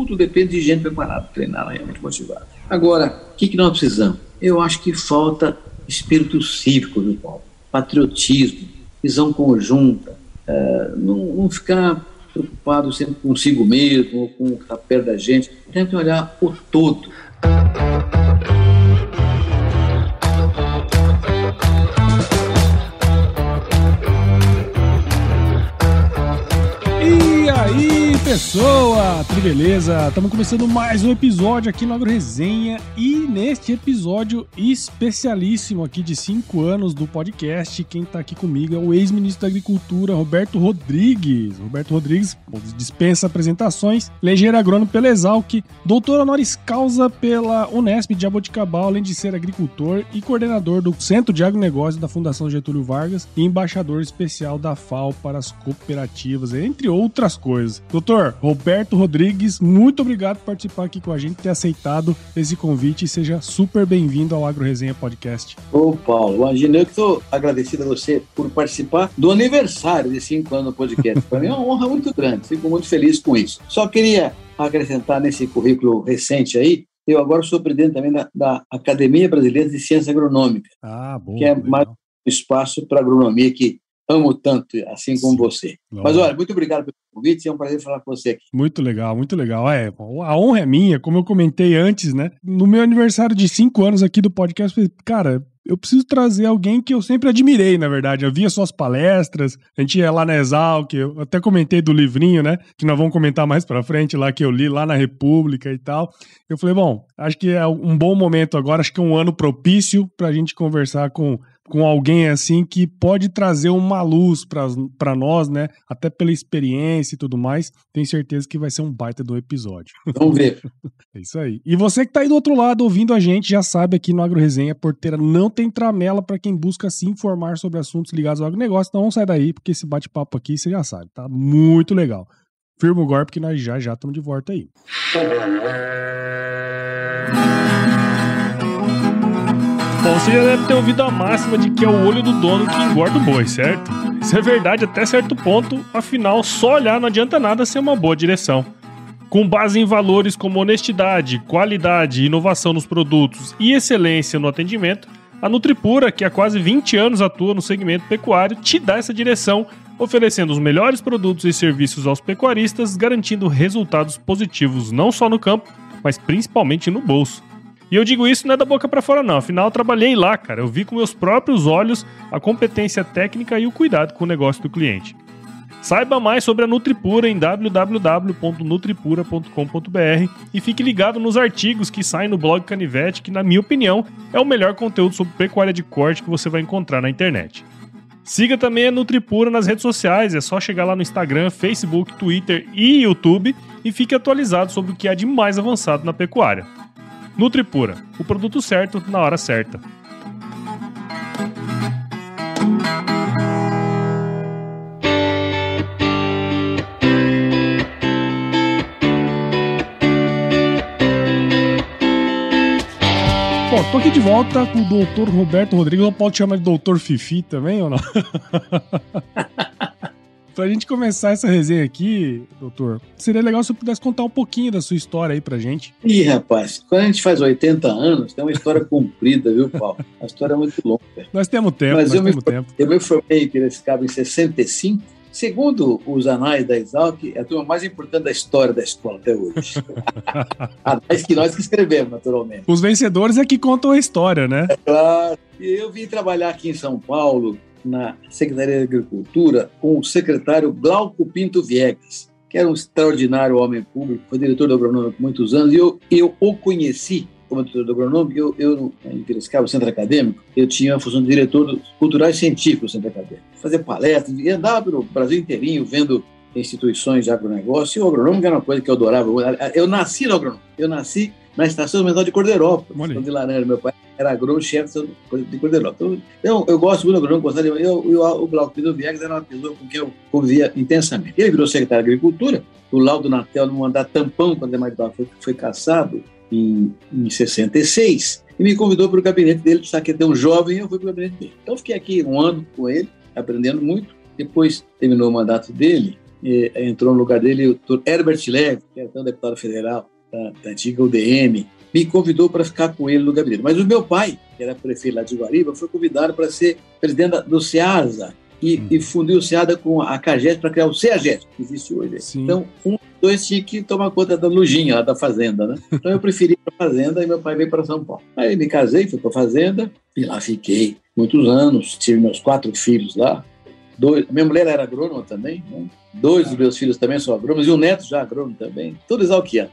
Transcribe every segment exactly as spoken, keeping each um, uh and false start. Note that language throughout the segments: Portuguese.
tudo depende de gente preparada, treinada, realmente motivada. Agora, o que, que nós precisamos? Eu acho que falta espírito cívico, viu, Paulo? Patriotismo, visão conjunta, uh, não, não ficar preocupado sempre consigo mesmo ou com o que está perto da gente. Tem que olhar o todo. E aí, pessoa, tudo beleza? Estamos começando mais um episódio aqui no Agro Resenha e neste episódio especialíssimo aqui de cinco anos do podcast, quem está aqui comigo é o ex-ministro da Agricultura, Roberto Rodrigues. Roberto Rodrigues dispensa apresentações, engenheiro agrônomo pela Exalc, doutor honoris causa pela Unesp de Jaboticabal, além de ser agricultor e coordenador do Centro de Agronegócio da Fundação Getúlio Vargas e embaixador especial da F A O para as cooperativas, entre outras coisas. Doutor Roberto Rodrigues, muito obrigado por participar aqui com a gente, ter aceitado esse convite e seja super bem-vindo ao Agro Resenha Podcast. Ô Paulo, imagina, eu que estou agradecido a você por participar do aniversário de cinco anos do podcast. Para mim é uma honra muito grande, fico muito feliz com isso. Só queria acrescentar nesse currículo recente aí, eu agora sou presidente também da, da Academia Brasileira de Ciência Agronômica, ah, boa, que é legal. Mais um espaço para agronomia que amo tanto, assim como Sim. você. Bom. Mas olha, muito obrigado pelo convite, é um prazer falar com você aqui. Muito legal, muito legal. É, a honra é minha, como eu comentei antes, né? No meu aniversário de cinco anos aqui do podcast, eu falei, cara, eu preciso trazer alguém que eu sempre admirei, na verdade. Eu via suas palestras, a gente ia lá na Exalc, eu até comentei do livrinho, né? Que nós vamos comentar mais pra frente lá, que eu li lá na República e tal. Eu falei, bom, acho que é um bom momento agora, acho que é um ano propício pra gente conversar com... com alguém assim que pode trazer uma luz para nós, né? Até pela experiência e tudo mais. Tenho certeza que vai ser um baita do episódio. Vamos ver. É isso aí. E você que tá aí do outro lado ouvindo a gente, já sabe, aqui no Agro Resenha, a porteira não tem tramela para quem busca se informar sobre assuntos ligados ao agronegócio. Então não sai daí, porque esse bate-papo aqui você já sabe, tá muito legal. Firma o golpe que nós já já estamos de volta aí. Bom, você já deve ter ouvido a máxima de que é o olho do dono que engorda o boi, certo? Isso é verdade até certo ponto, afinal, só olhar não adianta nada ser uma boa direção. Com base em valores como honestidade, qualidade, inovação nos produtos e excelência no atendimento, a Nutripura, que há quase vinte anos atua no segmento pecuário, te dá essa direção, oferecendo os melhores produtos e serviços aos pecuaristas, garantindo resultados positivos não só no campo, mas principalmente no bolso. E eu digo isso não é da boca pra fora não, afinal eu trabalhei lá, cara, eu vi com meus próprios olhos a competência técnica e o cuidado com o negócio do cliente. Saiba mais sobre a Nutripura em w w w ponto nutripura ponto com ponto b r e fique ligado nos artigos que saem no blog Canivete, que na minha opinião é o melhor conteúdo sobre pecuária de corte que você vai encontrar na internet. Siga também a Nutripura nas redes sociais, é só chegar lá no Instagram, Facebook, Twitter e YouTube e fique atualizado sobre o que há de mais avançado na pecuária. Nutripura, o produto certo na hora certa. Bom, tô aqui de volta com o doutor Roberto Rodrigues. Eu posso chamar de doutor Fifi também ou não? Pra gente começar essa resenha aqui, doutor, seria legal se você pudesse contar um pouquinho da sua história aí pra gente. Ih, rapaz, quando a gente faz oitenta anos, tem uma história comprida, viu, Paulo? A história é muito longa. Nós temos tempo, Mas nós eu temos me, tempo. Eu me formei em Piracicaba em sessenta e cinco. Segundo os anais da Exalc, é a turma mais importante da história da escola até hoje. Anais que nós que escrevemos, naturalmente. Os vencedores é que contam a história, né? É claro. E eu vim trabalhar aqui em São Paulo, na Secretaria de Agricultura, com o secretário Glauco Pinto Viegas, que era um extraordinário homem público, foi diretor do agronômico por muitos anos, e eu, eu o conheci como diretor do agronômico. Eu, eu em Piracicaba, Centro Acadêmico, eu tinha a função de diretor cultural e científico do Centro Acadêmico. Fazia palestras, e andava pelo Brasil inteirinho, vendo instituições de agronegócio, e o agronômico era uma coisa que eu adorava. Eu nasci no agronômico, eu nasci na Estação Mental de Cordeirópolis, de Laranja. Meu pai era agrônomo-chefe de Cordeirópolis. Então, eu gosto muito do agronômico, gostava de... eu, eu, o Glauco Pinto Viegas era uma pessoa com quem eu convivia intensamente. Ele virou secretário de Agricultura, o Laudo Natel, no mandato tampão, quando o Demar de Barros foi, foi cassado, em, em sessenta e seis, e me convidou para o gabinete dele, sabe que é tão jovem, eu fui para o gabinete dele. Então, fiquei aqui um ano com ele, aprendendo muito. Depois terminou o mandato dele, e, entrou no lugar dele o doutor Herbert Leve, que era então deputado federal da, da antiga U D M, me convidou para ficar com ele no gabinete. Mas o meu pai, que era prefeito lá de Guariba, foi convidado para ser presidente do SEASA e, hum. e fundiu o SEASA com a CAGES para criar o CEAGES, que existe hoje. Sim. Então, um dois tinha que tomar conta da lojinha lá da fazenda, né? Então eu preferi ir para a fazenda e meu pai veio para São Paulo. Aí me casei, fui para a fazenda e lá fiquei muitos anos, tive meus quatro filhos lá. Dois, minha mulher era agrônoma também, né? Dois dos meus filhos também são agrônomos e o neto já agrônomo também, tudo exalquiano.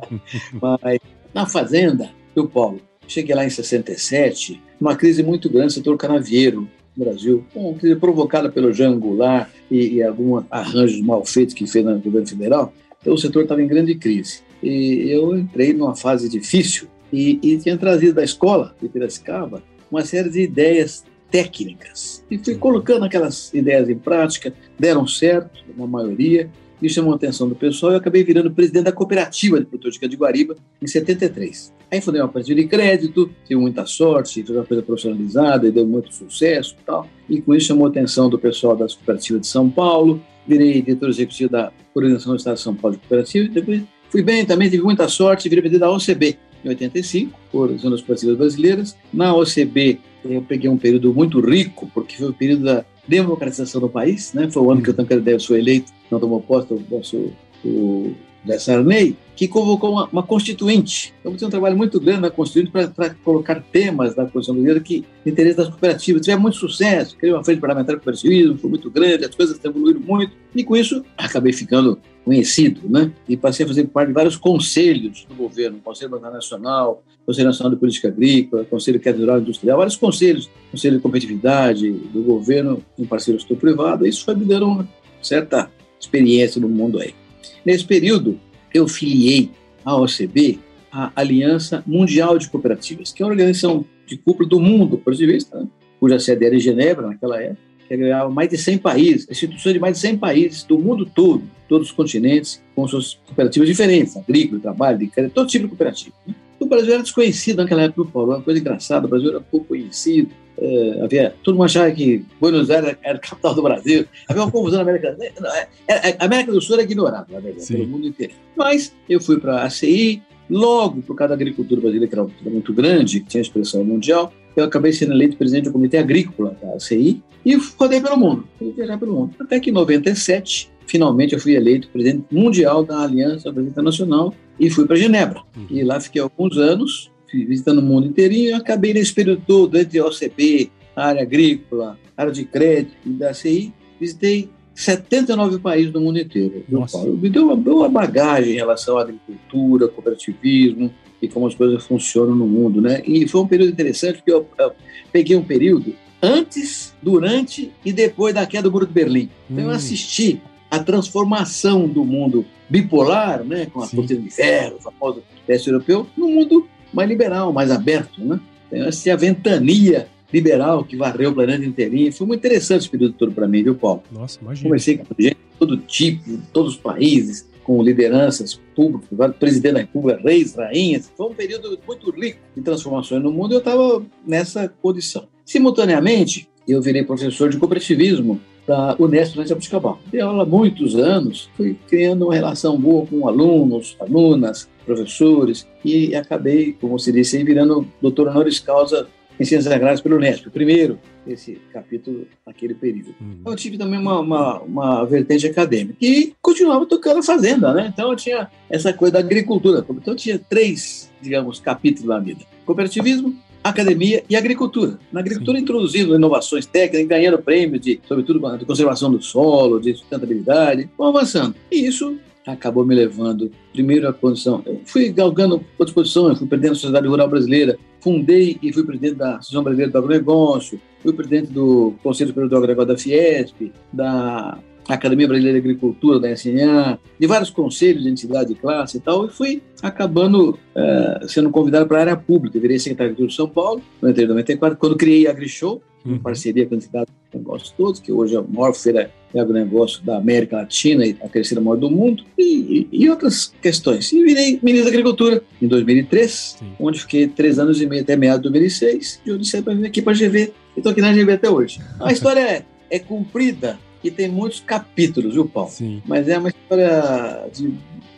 Mas na fazenda, eu, Paulo, cheguei lá em sessenta e sete, uma crise muito grande no setor canavieiro no Brasil, uma crise provocada pelo Jean Goulart e, e alguns arranjos mal feitos que fez no governo federal. Então o setor estava em grande crise. E eu entrei numa fase difícil e, e tinha trazido da escola de Piracicaba uma série de ideias técnicas. E fui colocando aquelas ideias em prática, deram certo, uma maioria, me chamou a atenção do pessoal e eu acabei virando presidente da cooperativa de produtores de cana de Guariba em setenta e três. Aí fundei uma cooperativa de crédito, tive muita sorte, fiz uma coisa profissionalizada e deu muito sucesso e tal. E com isso chamou a atenção do pessoal das cooperativas de São Paulo, virei diretor executivo da Organização do Estado de São Paulo de Cooperativa e depois fui bem também, tive muita sorte, virei presidente da O C B em oitenta e cinco, Organização das Cooperativas Brasileiras. Na O C B eu peguei um período muito rico, porque foi o período da democratização do país, né? Foi o ano que o Tancredo Neves foi eleito, não tomou posse, o nosso o Sarney, que convocou uma, uma constituinte. Então, tem um trabalho muito grande na constituinte para colocar temas da Constituição brasileira que interesse das cooperativas. Tivemos muito sucesso, criou uma frente parlamentar de cooperativismo, foi muito grande, as coisas evoluíram muito, e com isso acabei ficando conhecido, né? E passei a fazer parte de vários conselhos do governo, Conselho Bancário Nacional, Conselho Nacional de Política Agrícola, Conselho Rural Industrial, vários conselhos, Conselho de Competitividade do governo em parceria do setor privado. Isso foi me dando uma certa experiência no mundo aí. Nesse período, eu filiei à O C B a Aliança Mundial de Cooperativas, que é uma organização de cúpula do mundo cooperativista, né? Cuja sede era em Genebra, naquela época, que agregava mais de cem países, instituições de mais de cem países do mundo todo, todos os continentes, com suas cooperativas diferentes, agrícola, trabalho, de crédito, todo tipo de cooperativa, né? O Brasil era desconhecido naquela época, Paulo, uma coisa engraçada, o Brasil era pouco conhecido, é, havia, todo mundo achava que Buenos Aires era, era a capital do Brasil, havia uma confusão na América, a América do Sul era ignorada, na verdade, pelo mundo inteiro. Mas eu fui para a A C I, logo por causa da agricultura brasileira, que era muito grande, que tinha expressão mundial, eu acabei sendo eleito presidente do Comitê Agrícola da A C I e rodei pelo mundo, fui viajar pelo mundo. Até que em noventa e sete, finalmente eu fui eleito presidente mundial da Aliança Brasileira Internacional e fui para Genebra. Uhum. E lá fiquei alguns anos, visitando o mundo inteirinho, e acabei nesse período todo, entre a O C B, a área agrícola, a área de crédito e da A C I, visitei setenta e nove países do mundo inteiro. Paulo, me deu uma boa bagagem em relação à agricultura, cooperativismo e como as coisas funcionam no mundo, né? E foi um período interessante, porque eu, eu peguei um período antes, durante e depois da queda do Muro de Berlim. Então hum. eu assisti a transformação do mundo bipolar, né, com a cortina de ferro, o famoso leste europeu, no mundo mais liberal, mais aberto, né? Então, essa ventania liberal que varreu o planeta inteirinho. Foi muito interessante esse período todo para mim, viu, Paulo? Nossa, imagina. Conversei com gente de todo tipo, de todos os países, com lideranças públicas, presidente da República, reis, rainhas. Foi um período muito rico de transformações no mundo e eu estava nessa condição. Simultaneamente, eu virei professor de cooperativismo da Unesp de Jabuticabal. Dei aula há muitos anos, fui criando uma relação boa com alunos, alunas, professores, e acabei, como se disse, virando doutor honoris causa em Ciências Agrárias pelo Unesp, o primeiro esse capítulo naquele período. Uhum. Então, eu tive também uma, uma, uma vertente acadêmica e continuava tocando a fazenda, né? Então eu tinha essa coisa da agricultura. Então eu tinha três, digamos, capítulos na vida: cooperativismo, academia e agricultura. Na agricultura, sim, introduzindo inovações técnicas, ganhando prêmios de, sobretudo, de conservação do solo, de sustentabilidade, vamos avançando. E isso acabou me levando, primeiro, à condição. Eu fui galgando outras posições, fui presidente da Sociedade Rural Brasileira, fundei e fui presidente da Associação Brasileira do Agronegócio, fui presidente do Conselho Superior do Agronegócio da Fiesp, da Academia Brasileira de Agricultura, da S N A, de vários conselhos de entidade de classe e tal, e fui acabando uh, sendo convidado para a área pública. Eu virei secretário de Agricultura de São Paulo, em noventa e quatro, quando criei a AgriShow, em parceria com a entidade de negócios todos, que hoje é a maior feira de agronegócio da América Latina e a terceira maior do mundo, e, e, e outras questões. E virei ministro da Agricultura em dois mil e três, sim, onde fiquei três anos e meio até meados de dois mil e seis, e onde saí para vir aqui para a G V, e estou aqui na G V até hoje. A história é, é comprida, e tem muitos capítulos, viu, Paulo? Sim. Mas é uma história de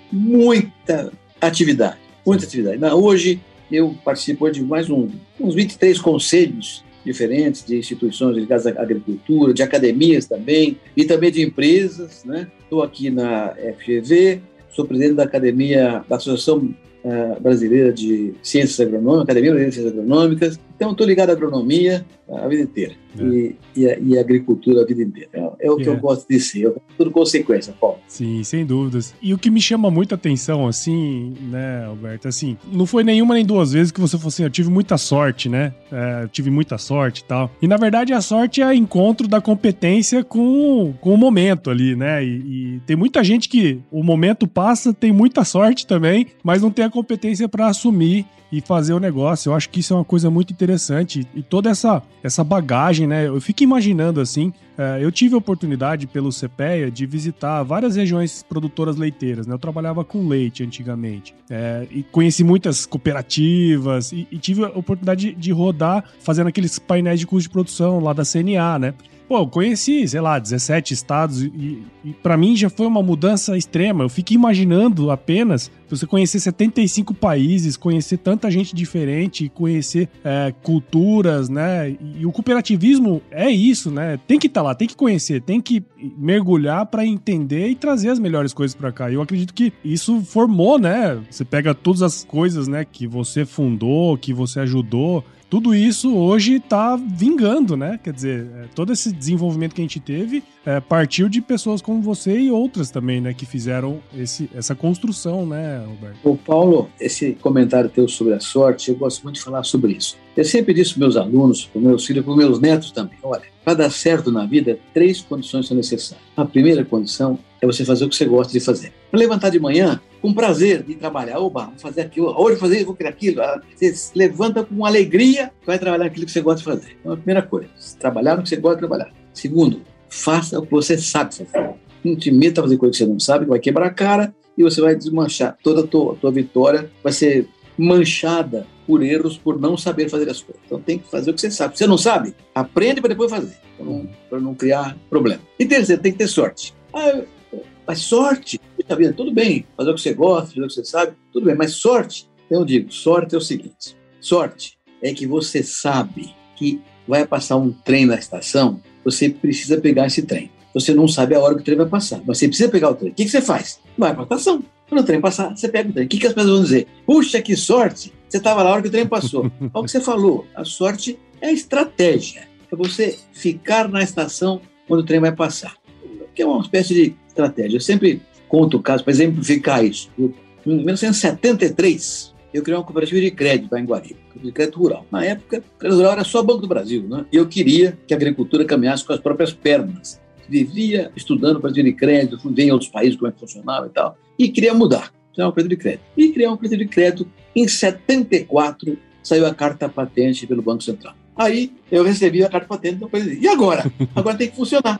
muita atividade, muita atividade. Hoje eu participo de mais um, uns vinte e três conselhos diferentes de instituições ligadas à agricultura, de academias também, e também de empresas, né? Estou aqui na F G V, sou presidente da Academia, da Associação uh, Brasileira de Ciências Agronômicas, Academia Brasileira de Ciências Agronômicas, então estou ligado à agronomia a vida inteira, é. e, e, a, e a agricultura a vida inteira. É, é o que é. eu gosto de ser, eu, tudo consequência, Paulo. Sim, sem dúvidas. E o que me chama muita atenção, assim, né, Alberto, assim, não foi nenhuma nem duas vezes que você falou assim, eu tive muita sorte, né, é, eu tive muita sorte e tal. E, na verdade, a sorte é encontro da competência com, com o momento ali, né, e, e tem muita gente que o momento passa, tem muita sorte também, mas não tem a competência para assumir e fazer o negócio. Eu acho que isso é uma coisa muito interessante. E toda essa, essa bagagem, né? Eu fico imaginando assim, é, eu tive a oportunidade pelo CEPEA de visitar várias regiões produtoras leiteiras, né? Eu trabalhava com leite antigamente. É, e conheci muitas cooperativas e, e tive a oportunidade de, de rodar fazendo aqueles painéis de custo de produção lá da C N A, né? Pô, eu conheci, sei lá, dezessete estados e, e para mim já foi uma mudança extrema. Eu fico imaginando apenas você conhecer setenta e cinco países, conhecer tanta gente diferente, conhecer é, culturas, né? E, e o cooperativismo é isso, né? Tem que estar lá, tem que conhecer, tem que mergulhar para entender e trazer as melhores coisas para cá. E eu acredito que isso formou, né? Você pega todas as coisas, né, que você fundou, que você ajudou. Tudo isso hoje está vingando, né? Quer dizer, todo esse desenvolvimento que a gente teve é, partiu de pessoas como você e outras também, né? Que fizeram esse, essa construção, né, Roberto? Ô, Paulo, esse comentário teu sobre a sorte, eu gosto muito de falar sobre isso. Eu sempre disse para meus alunos, para meus filhos, para meus netos também, olha, para dar certo na vida, três condições são necessárias. A primeira condição é você fazer o que você gosta de fazer. Para levantar de manhã com prazer de trabalhar. Oba, vou fazer aquilo, hoje vou fazer isso, vou criar aquilo. Você se levanta com alegria, vai trabalhar aquilo que você gosta de fazer. Então, a primeira coisa, trabalhar no que você gosta de trabalhar. Segundo, faça o que você sabe fazer. Não te meta a fazer coisa que você não sabe, que vai quebrar a cara e você vai desmanchar. Toda a tua, a tua vitória vai ser manchada por erros, por não saber fazer as coisas. Então tem que fazer o que você sabe. Se você não sabe, aprende para depois fazer, para não, para não criar problema. E terceiro, tem que ter sorte. Ah, mas sorte, vida, tudo bem, fazer o que você gosta, fazer o que você sabe, tudo bem, mas sorte, eu digo, sorte é o seguinte, sorte é que você sabe que vai passar um trem na estação, você precisa pegar esse trem. Você não sabe a hora que o trem vai passar, mas você precisa pegar o trem. O que, que você faz? Vai para a estação. Quando o trem passar, você pega o trem. O que, que as pessoas vão dizer? Puxa, que sorte! Você estava lá na hora que o trem passou. Olha o que você falou. A sorte é a estratégia. É você ficar na estação quando o trem vai passar. Que é uma espécie de estratégia. Eu sempre conto o caso para exemplificar isso. Em mil novecentos e setenta e três, eu criei uma cooperativa de crédito lá em Guariba, de crédito rural. Na época, o crédito rural era só Banco do Brasil, né? E eu queria que a agricultura caminhasse com as próprias pernas. Vivia estudando para adquirir crédito, fui em outros países como é que funcionava e tal, e queria mudar, criar um crédito de crédito. E criar um crédito de crédito, em setenta e quatro, saiu a carta patente pelo Banco Central. Aí eu recebi a carta patente, então eu falei, e agora? Agora tem que funcionar.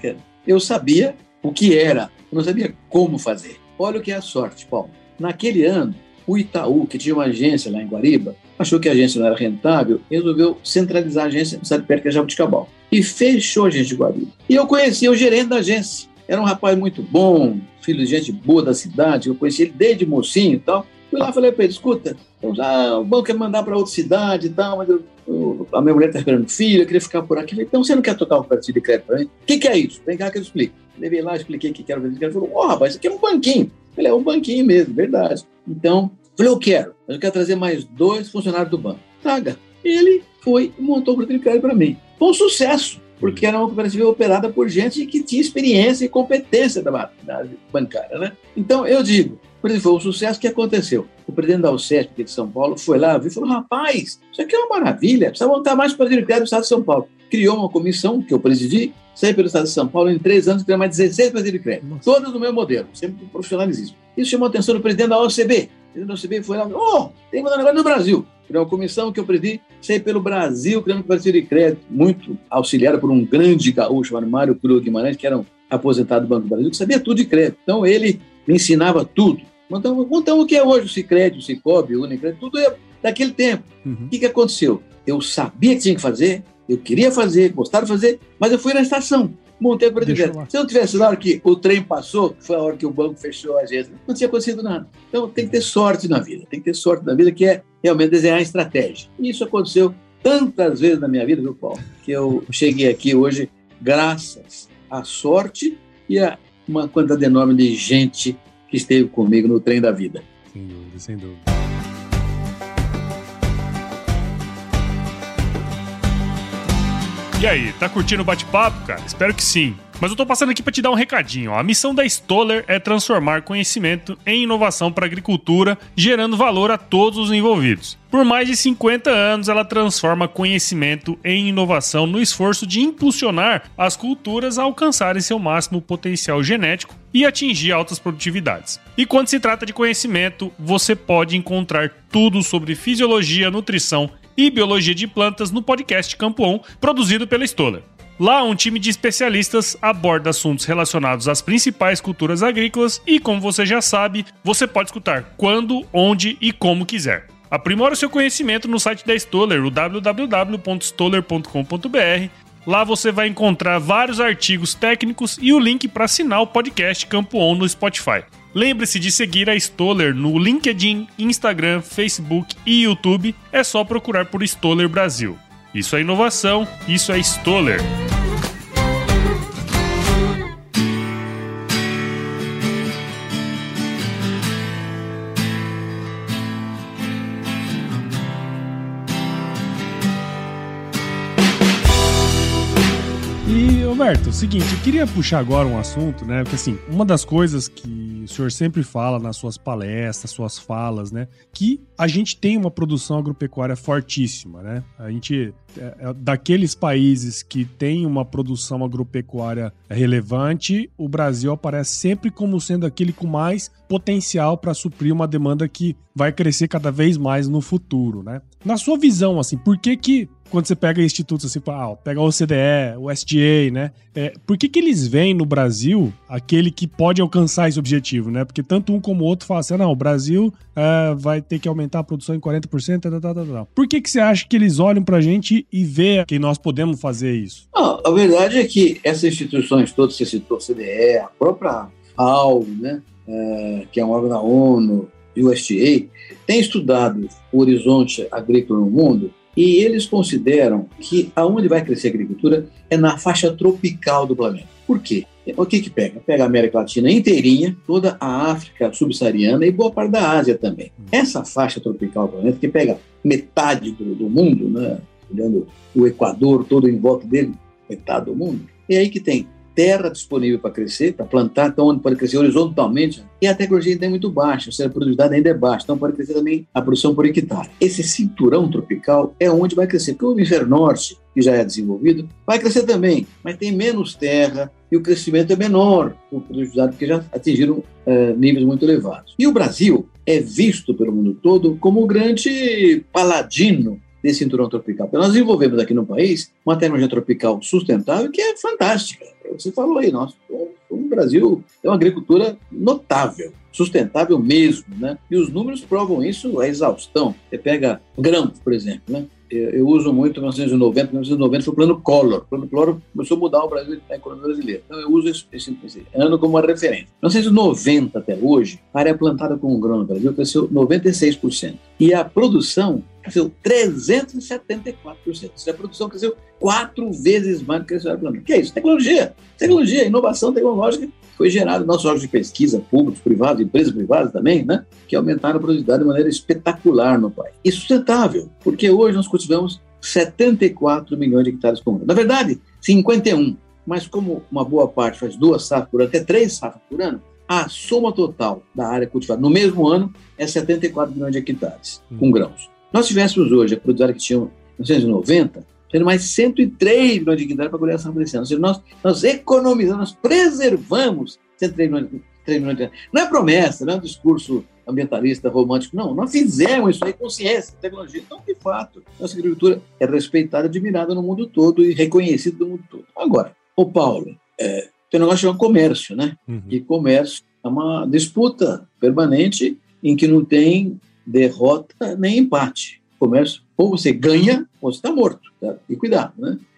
Eu sabia o que era, eu não sabia como fazer. Olha o que é a sorte, Paulo. Naquele ano, o Itaú, que tinha uma agência lá em Guariba, achou que a agência não era rentável e resolveu centralizar a agência, sabe, perto que é Jabuticabal. E fechou a agência de Guariba. E eu conhecia o gerente da agência. Era um rapaz muito bom, filho de gente boa da cidade, eu conheci ele desde mocinho e tal. Fui lá e falei para ele, escuta, então, ah, o banco quer mandar para outra cidade e tal, mas eu, eu, a minha mulher está esperando filho, eu queria ficar por aqui. Falei, então você não quer tocar um cooperativa de crédito para mim? O que, que é isso? Vem cá que eu explico. Levei lá, expliquei o que era o crédito de crédito. Ele falou, ó, oh, rapaz, isso aqui é um banquinho. Ele é um banquinho mesmo, verdade. Então, falei, eu quero, mas eu quero trazer mais dois funcionários do banco. Traga. Ele foi e montou o cooperativa de crédito para mim. Foi um sucesso, porque era uma cooperativa operada por gente que tinha experiência e competência da, da bancária, né? Então, eu digo, por exemplo, foi um sucesso que aconteceu. O presidente da UCESP aqui de São Paulo foi lá viu, e falou, rapaz, isso aqui é uma maravilha, precisa montar mais cooperativa de crédito no estado de São Paulo. Criou uma comissão que eu presidi, saí pelo estado de São Paulo, em três anos criou mais dezesseis cooperativas de crédito, Nossa. Todas do meu modelo, sempre profissionalizíssimo. Isso chamou a atenção do presidente da O C B. O presidente da O C B foi lá, oh, tem que mandar um negócio no Brasil. Criou uma comissão que eu presidi, saí pelo Brasil, criando cooperativa de crédito, muito auxiliada por um grande gaúcho, chamado Mário Cruz Guimarães, que era um aposentado do Banco do Brasil, que sabia tudo de crédito. Então, ele me ensinava tudo. Então, então o que é hoje o Sicredi, o Sicobi, o Unicred, tudo é daquele tempo. Uhum. O que, que aconteceu? Eu sabia que tinha que fazer, eu queria fazer, gostava de fazer, mas eu fui na estação. montei a bicicleta. Se eu não tivesse na hora que o trem passou, que foi a hora que o banco fechou a agência, não tinha acontecido nada. Então tem que ter sorte na vida, tem que ter sorte na vida, que é realmente desenhar estratégia. E isso aconteceu tantas vezes na minha vida, viu, Paulo, que eu cheguei aqui hoje graças à sorte e a uma quantidade enorme de gente que esteve comigo no trem da vida. Sem dúvida, sem dúvida. E aí, tá curtindo o bate-papo, cara? Espero que sim. Mas eu tô passando aqui para te dar um recadinho. Ó. A missão da Stoller é transformar conhecimento em inovação para a agricultura, gerando valor a todos os envolvidos. Por mais de cinquenta anos, ela transforma conhecimento em inovação no esforço de impulsionar as culturas a alcançarem seu máximo potencial genético e atingir altas produtividades. E quando se trata de conhecimento, você pode encontrar tudo sobre fisiologia, nutrição e biologia de plantas no podcast Campo On, produzido pela Stoller. Lá, um time de especialistas aborda assuntos relacionados às principais culturas agrícolas e, como você já sabe, você pode escutar quando, onde e como quiser. Aprimora o seu conhecimento no site da Stoller, o w w w ponto stoller ponto com ponto b r. Lá você vai encontrar vários artigos técnicos e o link para assinar o podcast Campo On no Spotify. Lembre-se de seguir a Stoller no LinkedIn, Instagram, Facebook e YouTube. É só procurar por Stoller Brasil. Isso é inovação, isso é Stoller. E, Roberto, é o seguinte, eu queria puxar agora um assunto, né? Porque, assim, uma das coisas que o senhor sempre fala nas suas palestras, suas falas, né? Que a gente tem uma produção agropecuária fortíssima, né? A gente, é, é, daqueles países que tem uma produção agropecuária relevante, o Brasil aparece sempre como sendo aquele com mais potencial para suprir uma demanda que vai crescer cada vez mais no futuro, né? Na sua visão, assim, por que que quando você pega institutos assim, ah, pega o O C D E, o S D A, né? É, por que que eles veem no Brasil aquele que pode alcançar esse objetivo, né? Porque tanto um como o outro falam assim, não, o Brasil é, vai ter que aumentar a produção em quarenta por cento, tá, tá, tá, tá. Por que que você acha que eles olham pra gente e vê que nós podemos fazer isso? Não, a verdade é que essas instituições todas, você citou o C D E, a própria F A O, né? É, que é um órgão da ONU, e o S D A, tem estudado o horizonte agrícola no mundo. E eles consideram que aonde vai crescer a agricultura é na faixa tropical do planeta. Por quê? O que que pega? Pega a América Latina inteirinha, toda a África subsaariana e boa parte da Ásia também. Essa faixa tropical do planeta, que pega metade do, do mundo, né? Olhando o Equador todo em volta dele, metade do mundo, é aí que tem terra disponível para crescer, para plantar, então onde pode crescer horizontalmente, e a tecnologia ainda é muito baixa, ou seja, a produtividade ainda é baixa, então pode crescer também a produção por hectare. Esse cinturão tropical é onde vai crescer, porque o hemisfério norte, que já é desenvolvido, vai crescer também, mas tem menos terra e o crescimento é menor por produtividade, porque já atingiram é, níveis muito elevados. E o Brasil é visto pelo mundo todo como o grande paladino desse cinturão tropical. Nós desenvolvemos aqui no país uma tecnologia tropical sustentável que é fantástica. Você falou aí, nós, o Brasil tem uma agricultura notável, sustentável mesmo, né? E os números provam isso a exaustão. Você pega grãos, por exemplo, né? Eu, eu uso muito mil novecentos e noventa, mil novecentos e noventa foi o Plano Collor. O Plano Collor começou a mudar o Brasil, a economia brasileira. Então eu uso esse, esse, esse ano como uma referência. mil novecentos e noventa até hoje, a área plantada com grão no Brasil cresceu noventa e seis por cento. E a produção cresceu trezentos e setenta e quatro por cento. A produção cresceu quatro vezes mais do que a área plantada. O que é isso? Tecnologia. Tecnologia, inovação tecnológica foi gerada nos nossos órgãos de pesquisa públicos, privados, empresas privadas também, né? Que aumentaram a produtividade de maneira espetacular no país. E sustentável, porque hoje nós cultivamos setenta e quatro milhões de hectares por ano. Na verdade, cinquenta e um. Mas como uma boa parte faz duas safras por ano, até três safras por ano, a soma total da área cultivada no mesmo ano é setenta e quatro milhões de hectares hum. com grãos. Nós tivéssemos hoje a produtividade que tinha em mil novecentos e noventa, tendo mais cento e três milhões de hectares para colher a safra desse ano. Ou seja, nós, nós economizamos, nós preservamos cento e três milhões de hectares. Não é promessa, não é um discurso ambientalista, romântico, não. Nós fizemos isso aí com ciência, tecnologia. Então, de fato, nossa agricultura é respeitada, admirada no mundo todo e reconhecida no mundo todo. Agora, ô Paulo, é, tem um negócio chamado comércio, né? Uhum. E comércio é uma disputa permanente em que não tem derrota nem empate. Comércio, ou você ganha, ou você está morto. Tá? E cuidado, né?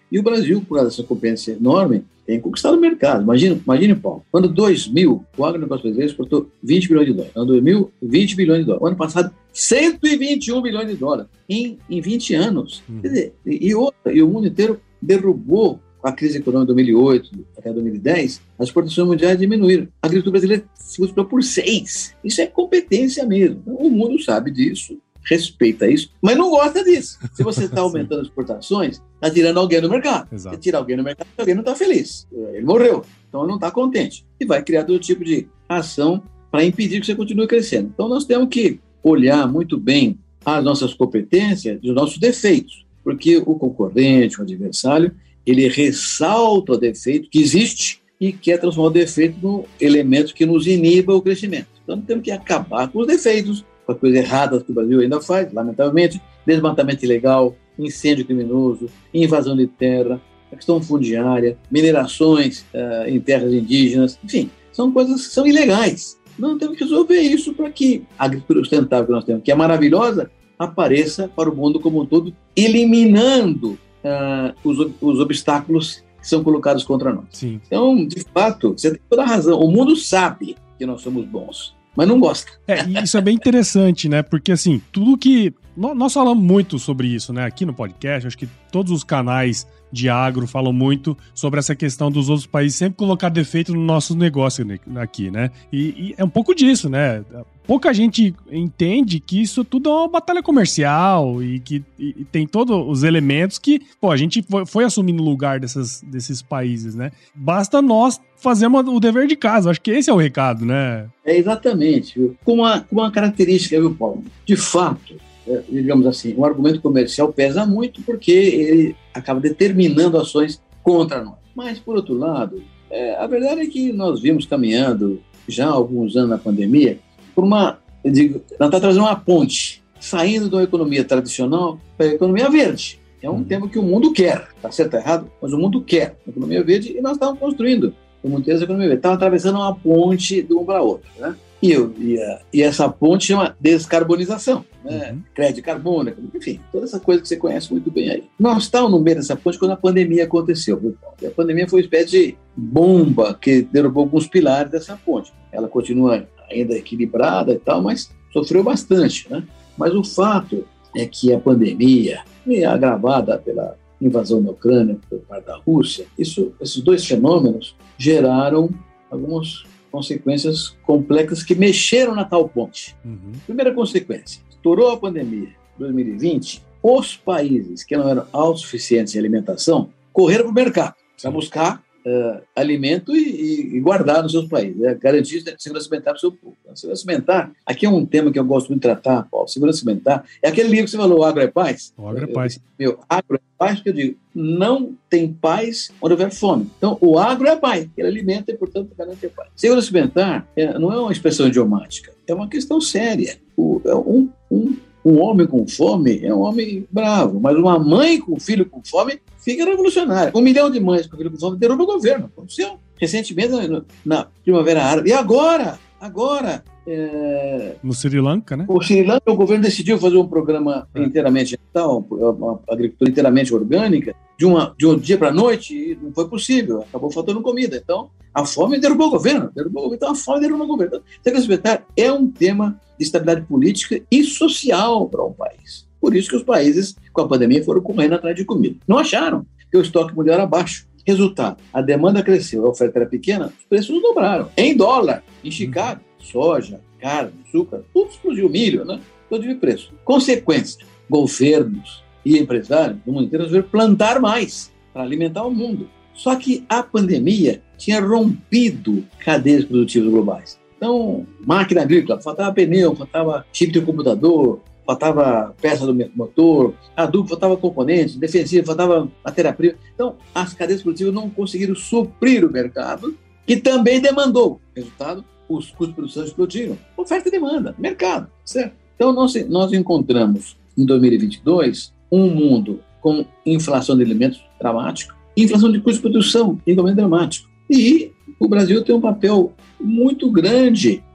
E o Brasil, por causa dessa competência enorme, tem conquistado o mercado. Imagina, imagine, Paulo, quando dois mil, o agronegócio brasileiro exportou vinte bilhões de dólares. Ano dois mil, vinte bilhões de dólares. O ano passado, cento e vinte e um bilhões de dólares em, em vinte anos. Hum. Quer dizer, e, outra, e o mundo inteiro derrubou a crise econômica de dois mil e oito até dois mil e dez, as exportações mundiais diminuíram. A agricultura brasileira se multiplicou por seis. Isso é competência mesmo. O mundo sabe disso, respeita isso, mas não gosta disso. Se você está aumentando as exportações, está tirando alguém do mercado. Exato. Se tirar alguém do mercado, alguém não está feliz. Ele morreu, então ele não está contente. E vai criar todo tipo de ação para impedir que você continue crescendo. Então nós temos que olhar muito bem as nossas competências e os nossos defeitos, porque o concorrente, o adversário, ele ressalta o defeito que existe e quer transformar o defeito no elemento que nos iniba o crescimento. Então temos que acabar com os defeitos, com as coisas erradas que o Brasil ainda faz, lamentavelmente, desmatamento ilegal, incêndio criminoso, invasão de terra, a questão fundiária, minerações uh, em terras indígenas, enfim, são coisas que são ilegais. Não temos que resolver isso para que a agricultura sustentável que nós temos, que é maravilhosa, apareça para o mundo como um todo, eliminando uh, os, os obstáculos que são colocados contra nós. Sim. Então, de fato, você tem toda a razão. O mundo sabe que nós somos bons, mas não gosta. É, e isso é bem interessante, né? Porque, assim, tudo que... Nós falamos muito sobre isso, né? Aqui no podcast, acho que todos os canais de agro falam muito sobre essa questão dos outros países sempre colocar defeito no nosso negócio aqui, né? E, e é um pouco disso, né? Pouca gente entende que isso tudo é uma batalha comercial e que e, e tem todos os elementos que, pô, a gente foi, foi assumindo o lugar dessas, desses países, né? Basta nós fazermos o dever de casa. Acho que esse é o recado, né? É exatamente. Viu? Com uma, com uma característica, viu, Paulo? De fato, é, digamos assim, o argumento comercial pesa muito porque ele acaba determinando ações contra nós. Mas, por outro lado, é, a verdade é que nós vimos caminhando já há alguns anos na pandemia por uma, eu digo, nós estamos trazendo uma ponte, saindo de uma economia tradicional para a economia verde. É um uhum. tema que o mundo quer, está certo ou errado, mas o mundo quer a economia verde e nós estamos construindo o mundo inteiro a economia verde. Estamos atravessando uma ponte de um para outro, né? E, eu, e, a, e essa ponte chama descarbonização, né? Uhum. Crédito carbônico, enfim, toda essa coisa que você conhece muito bem aí. Nós estávamos no meio dessa ponte quando a pandemia aconteceu, viu, Paulo? E a pandemia foi uma espécie de bomba que derrubou alguns pilares dessa ponte. Ela continua ainda equilibrada e tal, mas sofreu bastante, né? Mas o fato é que a pandemia, agravada pela invasão da Ucrânia por parte da Rússia, isso, esses dois fenômenos geraram algumas consequências complexas que mexeram na tal ponte. Uhum. Primeira consequência, estourou a pandemia em dois mil e vinte, os países que não eram autossuficientes em alimentação correram para o mercado para buscar uh, alimento e, e guardar nos seus países, né? Garantir segurança alimentar para o seu povo. A segurança alimentar, aqui é um tema que eu gosto muito de tratar, Paulo. Segurança alimentar é aquele livro que você falou, o Agro é Paz. O Agro é Paz. Meu, Agro é Paz, porque eu digo, não tem paz onde houver fome. Então, o agro é paz, ele alimenta e, portanto, garante a paz. Segurança alimentar é, não é uma expressão idiomática, é uma questão séria. O, é um, um, um homem com fome é um homem bravo, mas uma mãe com filho com fome fica revolucionária. Um milhão de mães com filho com fome derruba o governo. Aconteceu recentemente na, na Primavera Árabe. E agora? Agora... É... No Sri Lanka, né? O Sri Lanka, o governo decidiu fazer um programa é. inteiramente digital, uma agricultura inteiramente orgânica, de, uma, de um dia para a noite, e não foi possível, acabou faltando comida. Então, a fome derrubou o governo, derrubou o governo, então a fome derrubou o governo. Então, segurança alimentar é um tema de estabilidade política e social para um país. Por isso que os países, com a pandemia, foram correndo atrás de comida. Não acharam, porque o estoque mundial era baixo. Resultado, a demanda cresceu, a oferta era pequena, os preços dobraram. Em dólar, em Chicago, soja, carne, açúcar, tudo explodiu, milho, né? Todo de preço. Consequência, governos e empresários do mundo inteiro resolveram plantar mais para alimentar o mundo. Só que a pandemia tinha rompido cadeias produtivas globais. Então, máquina agrícola, faltava pneu, faltava chip de computador, faltava peça do motor, adubo, faltava componentes, defensivo, faltava matéria-prima. Então, as cadeias produtivas não conseguiram suprir o mercado, que também demandou. Resultado, os custos de produção explodiram. Oferta e demanda, mercado, certo? Então, nós, nós encontramos, em dois mil e vinte e dois, um mundo com inflação de alimentos dramático, inflação de custos de produção igualmente dramático. E o Brasil tem um papel muito grande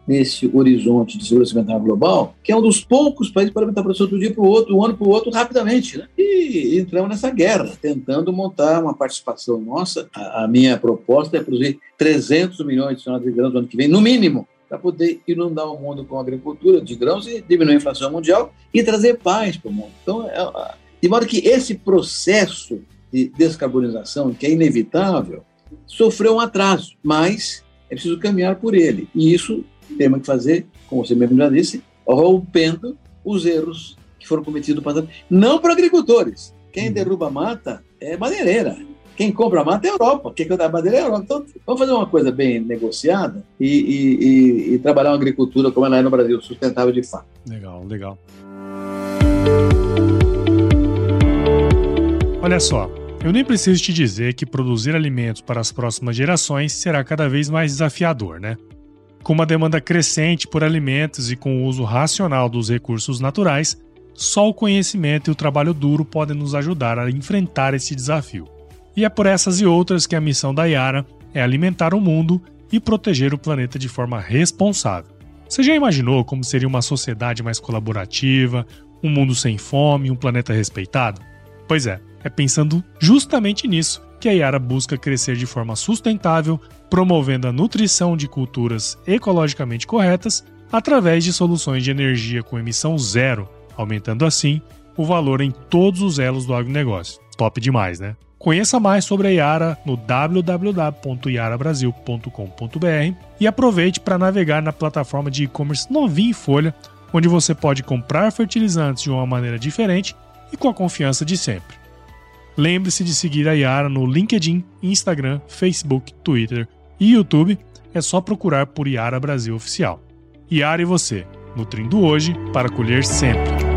nesse horizonte de segurança alimentar global, que é um dos poucos países para aumentar a produção do dia para o outro, um ano para o outro, rapidamente. Né? E entramos nessa guerra, tentando montar uma participação nossa. A, a minha proposta é produzir trezentos milhões de toneladas de grãos no ano que vem, no mínimo, para poder inundar o mundo com agricultura de grãos e diminuir a inflação mundial e trazer paz para o mundo. Então, é, de modo que esse processo de descarbonização, que é inevitável, sofreu um atraso, mas é preciso caminhar por ele. E isso temos que fazer, como você mesmo já disse, rompendo os erros que foram cometidos no passado. Não para agricultores. Quem derruba a mata é madeireira. Quem compra a mata é a Europa. Quem compra a madeira é a Europa. Então, vamos fazer uma coisa bem negociada e, e, e, e trabalhar uma agricultura como ela é no Brasil, sustentável de fato. Legal, legal. Olha só, eu nem preciso te dizer que produzir alimentos para as próximas gerações será cada vez mais desafiador, né? Com uma demanda crescente por alimentos e com o uso racional dos recursos naturais, só o conhecimento e o trabalho duro podem nos ajudar a enfrentar esse desafio. E é por essas e outras que a missão da Yara é alimentar o mundo e proteger o planeta de forma responsável. Você já imaginou como seria uma sociedade mais colaborativa, um mundo sem fome, um planeta respeitado? Pois é, é pensando justamente nisso que a Yara busca crescer de forma sustentável, promovendo a nutrição de culturas ecologicamente corretas através de soluções de energia com emissão zero, aumentando assim o valor em todos os elos do agronegócio. Top demais, né? Conheça mais sobre a Yara no w w w ponto yara brasil ponto com ponto b r e aproveite para navegar na plataforma de e-commerce novinha em folha, onde você pode comprar fertilizantes de uma maneira diferente e com a confiança de sempre. Lembre-se de seguir a Yara no LinkedIn, Instagram, Facebook, Twitter e YouTube. É só procurar por Yara Brasil Oficial. Yara e você, nutrindo hoje para colher sempre.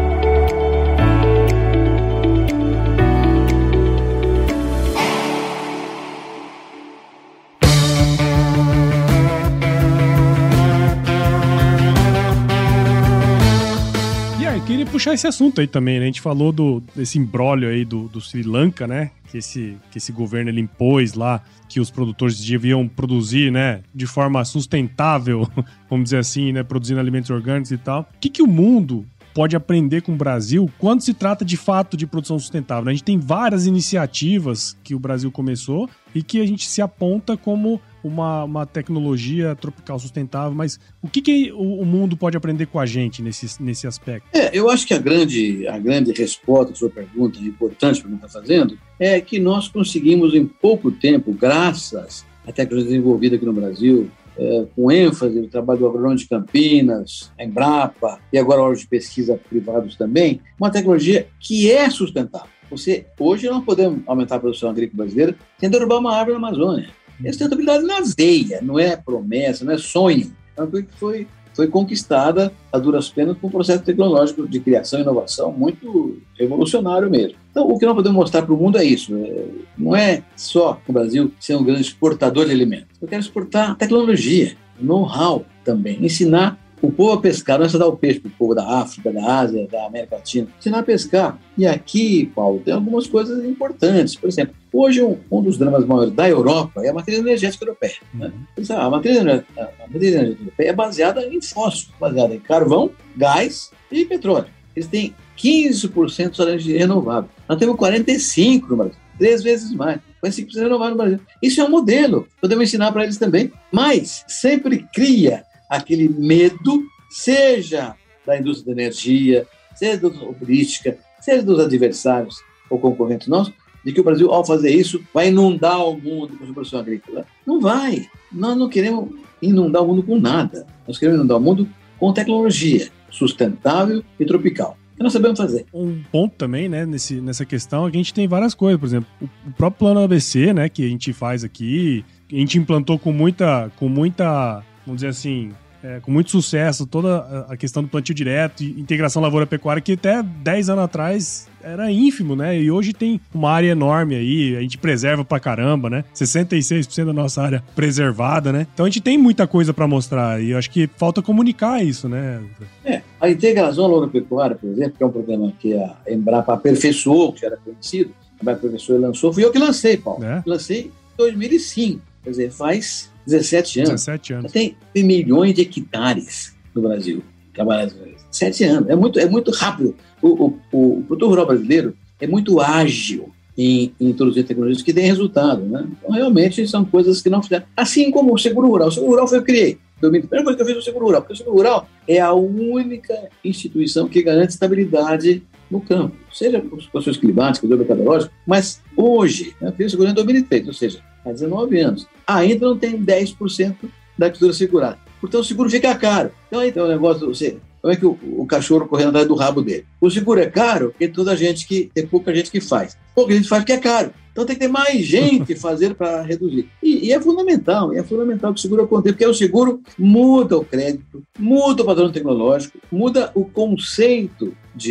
Queria puxar esse assunto aí também, né? A gente falou do, desse imbróglio aí do, do Sri Lanka, né? Que esse, que esse governo ele impôs lá que os produtores deviam produzir, né? De forma sustentável, vamos dizer assim, né? Produzindo alimentos orgânicos e tal. O que, que o mundo pode aprender com o Brasil quando se trata de fato de produção sustentável? A gente tem várias iniciativas que o Brasil começou e que a gente se aponta como uma, uma tecnologia tropical sustentável, mas o que, que o, o mundo pode aprender com a gente nesse, nesse aspecto? É, eu acho que a grande, a grande resposta à sua pergunta, importante para quem está fazendo, é que nós conseguimos em pouco tempo, graças à tecnologia desenvolvida aqui no Brasil, é, com ênfase no trabalho do Agronômico de Campinas, a Embrapa e agora órgãos de pesquisa privados também, uma tecnologia que é sustentável. Você, hoje não podemos aumentar a produção agrícola brasileira sem derrubar uma árvore na Amazônia. É sustentabilidade na veia, não é promessa, não é sonho. É uma coisa que foi, foi conquistada a duras penas com um processo tecnológico de criação e inovação muito revolucionário mesmo. Então, o que nós podemos mostrar para o mundo é isso. É, não é só o Brasil ser um grande exportador de alimentos. Eu quero exportar tecnologia, know-how também, ensinar o povo a pescar, não é só dar o peixe para o povo da África, da Ásia, da América Latina, ensinar a pescar. E aqui, Paulo, tem algumas coisas importantes. Por exemplo, hoje um, um dos dramas maiores da Europa é a matriz energética europeia. Né? A matriz, a matriz energética europeia é baseada em fósforo, baseada em carvão, gás e petróleo. Eles têm quinze por cento só de energia renovável. Nós temos quarenta e cinco por cento no Brasil, três vezes mais. quarenta e cinco por cento renovável no Brasil. Isso é um modelo, podemos ensinar para eles também. Mas sempre cria aquele medo, seja da indústria da energia, seja da política, seja dos adversários ou concorrentes nossos, de que o Brasil, ao fazer isso, vai inundar o mundo com a produção agrícola. Não vai. Nós não queremos inundar o mundo com nada. Nós queremos inundar o mundo com tecnologia sustentável e tropical. Que nós sabemos fazer. Um ponto também, né, nesse, nessa questão, é que a gente tem várias coisas. Por exemplo, o, o próprio plano A B C, né, que a gente faz aqui, a gente implantou com muita, com muita, vamos dizer assim, é, com muito sucesso toda a questão do plantio direto e integração lavoura-pecuária, que até dez anos atrás era ínfimo, né? E hoje tem uma área enorme aí, a gente preserva pra caramba, né? sessenta e seis por cento da nossa área preservada, né? Então a gente tem muita coisa pra mostrar e eu acho que falta comunicar isso, né? É, a integração lavoura-pecuária, por exemplo, que é um programa que a Embrapa aperfeiçoou, que já era conhecido, a Embrapa aperfeiçoou e lançou, fui eu que lancei, Paulo. É? Lancei em dois mil e cinco. Quer dizer, faz dezessete anos. dezessete anos. Tem, tem milhões de hectares no Brasil trabalhados. Sete anos. É muito, é muito rápido. O, o, o, o produtor rural brasileiro é muito ágil em, em introduzir tecnologias que têm resultado, né? Então, realmente, são coisas que não fizeram. Assim como o seguro rural. O seguro rural foi eu que criei. A primeira coisa que eu fiz foi o seguro rural, porque o seguro rural é a única instituição que garante estabilidade no campo, seja por situações climáticas, ou meteorológicas, mas hoje, né, eu fiz o seguro em dois mil e três, ou seja, há dezenove anos, ainda não tem dez por cento da agricultura segurada. Portanto, o seguro fica caro. Então, aí tem um negócio, você, como é que o, o cachorro correndo atrás do rabo dele? O seguro é caro porque toda gente que, tem pouca gente que faz. Pouca gente faz porque é caro. Então tem que ter mais gente fazendo para reduzir. E, e é fundamental, é fundamental que o seguro aconteça, porque o seguro muda o crédito, muda o padrão tecnológico, muda o conceito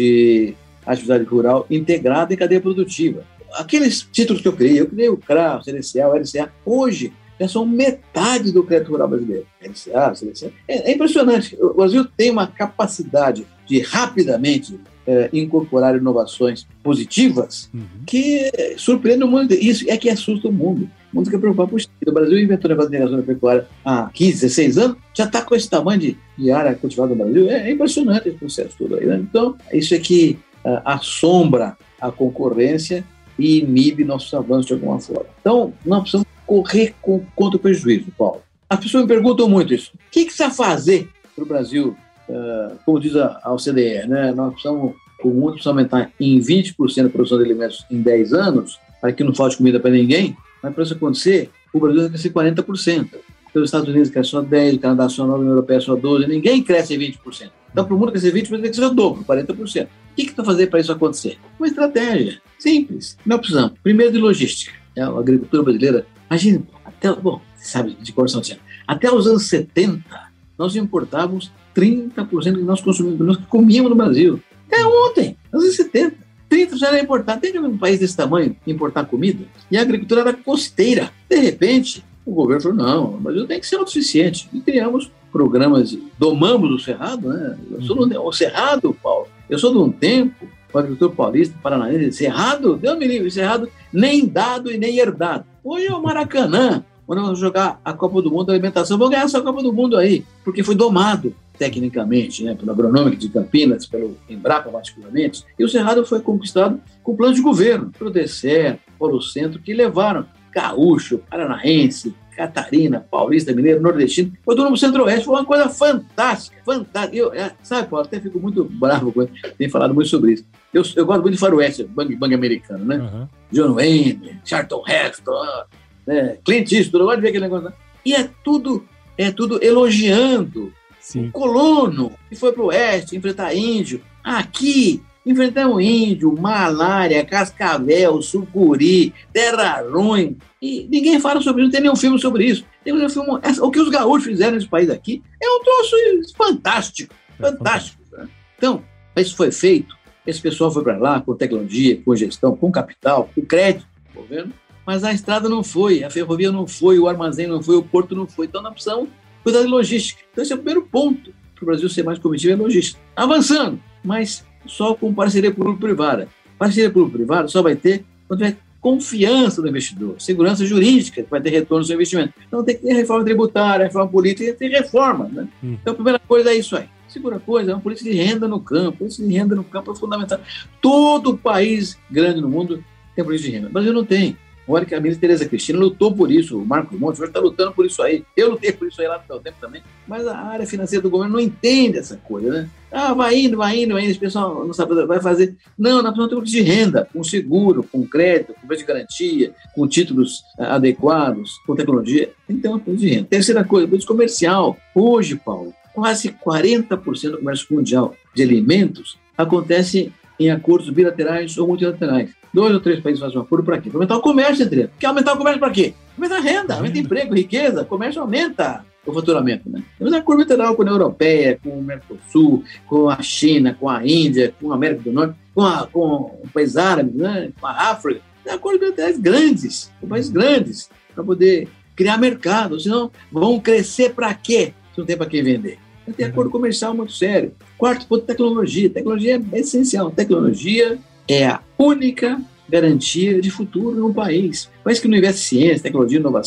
de atividade rural integrada em cadeia produtiva. Aqueles títulos que eu criei, eu criei o C R A, o C L C A, o L C A, hoje já são metade do crédito rural brasileiro. L C A, C L C A. É, é impressionante. O Brasil tem uma capacidade de rapidamente É, incorporar inovações positivas uhum. que surpreendem o mundo. Isso é que assusta o mundo. O mundo fica preocupado. Puxa, o Brasil inventou o negócio de integração da pecuária há quinze, dezesseis anos, já está com esse tamanho de, de área cultivada no Brasil. É, é impressionante esse processo todo aí, né? Então, isso é que uh, assombra a concorrência e inibe nossos avanços de alguma forma. Então, nós precisamos correr com, contra o prejuízo, Paulo. As pessoas me perguntam muito isso. O que, que precisa fazer para o Brasil? Uh, como diz a, a O C D E, né? Nós precisamos, o mundo precisa aumentar em vinte por cento a produção de alimentos em dez anos, para que não falte comida para ninguém, mas para isso acontecer, o Brasil vai crescer quarenta por cento. Então, os Estados Unidos crescem só dez por cento, o Canadá só nove por cento, a União Europeia só doze por cento, ninguém cresce em vinte por cento. Então, para o mundo crescer vinte por cento, tem que ser o dobro, quarenta por cento. O que que está fazendo para isso acontecer? Uma estratégia simples. Nós precisamos, primeiro, de logística. A agricultura brasileira, imagina, até, bom, você sabe de cor, até os anos setenta, nós importávamos trinta por cento que nós consumimos, que nós comíamos no Brasil. Até ontem, nos anos setenta. trinta por cento já era importado. Tem que um país desse tamanho importar comida? E a agricultura era costeira. De repente, o governo falou, não, o Brasil tem que ser autossuficiente. E criamos programas, domamos o cerrado, né? Eu sou do, o cerrado, Paulo, eu sou de um tempo, o agricultor paulista, paranaense, cerrado, Deus me livre, cerrado nem dado e nem herdado. Hoje é o Maracanã, quando nós vamos jogar a Copa do Mundo da alimentação, vamos ganhar essa Copa do Mundo aí, porque foi domado tecnicamente, né, pelo Agronômico de Campinas, pelo Embrapa particularmente, e o Cerrado foi conquistado com plano de governo, pelo DECER, Polo Centro, que levaram gaúcho, paranaense, catarina, paulista, mineiro, nordestino, foi todo mundo centro-oeste, foi uma coisa fantástica, fantástica. Eu, é, sabe, Paulo, até fico muito bravo com ele, tem falado muito sobre isso. Eu, eu gosto muito de faroeste, bang, bang americano, né? Uhum. John Wayne, Charlton Heston, né? Clint Eastwood, eu gosto de ver aquele negócio. Né? E é tudo, é tudo elogiando Sim. o colono que foi para o oeste enfrentar índio. Aqui, enfrentamos índio, malária, cascavel, sucuri, terra ruim. E ninguém fala sobre isso, não tem nenhum filme sobre isso. Tem um filme, o que os gaúchos fizeram nesse país aqui é um troço fantástico, fantástico. Né? Então, isso foi feito, esse pessoal foi para lá com tecnologia, com gestão, com capital, com crédito do governo, mas a estrada não foi, a ferrovia não foi, o armazém não foi, o porto não foi. Então, nós precisamos cuidar de logística. Então, esse é o primeiro ponto para o Brasil ser mais competitivo, é logística. Avançando, mas só com parceria público-privada. Parceria público-privada só vai ter quando tiver confiança do investidor, segurança jurídica, que vai ter retorno do seu investimento. Então tem que ter reforma tributária, reforma política, tem reforma. Né? Hum. Então a primeira coisa é isso aí. Segunda coisa é uma política de renda no campo. Política de renda no campo é fundamental. Todo país grande no mundo tem política de renda. O Brasil não tem. Olha que a ministra Tereza Cristina lutou por isso, o Marcos Montes está lutando por isso aí. Eu lutei por isso aí lá no meu tempo também. Mas a área financeira do governo não entende essa coisa, né? Ah, vai indo, vai indo, vai indo, esse pessoal não sabe, vai fazer. Não, nós precisamos ter política de renda, com seguro, com crédito, com preço de garantia, com títulos ah, adequados, com tecnologia. Tem que ter uma política de renda. Terceira coisa, política comercial. Hoje, Paulo, quase quarenta por cento do comércio mundial de alimentos acontece em acordos bilaterais ou multilaterais. Dois ou três países fazem um acordo para quê? Para aumentar o comércio entre eles. Quer aumentar o comércio para quê? Aumenta a renda, aumenta emprego, riqueza, o comércio aumenta o faturamento. Né? Temos um acordo bilateral com a União Europeia, com o Mercosul, com a China, com a Índia, com a América do Norte, com, a, com o país árabe, né? Com a África. Tem acordos bilaterais grandes, com países grandes, para poder criar mercado. Senão, vão crescer para quê? Se não tem para quem vender. Então, tem acordo comercial muito sério. Quarto ponto, tecnologia. Tecnologia é essencial. Tecnologia é a única garantia de futuro num país. Um país que não investe em ciência, tecnologia e inovação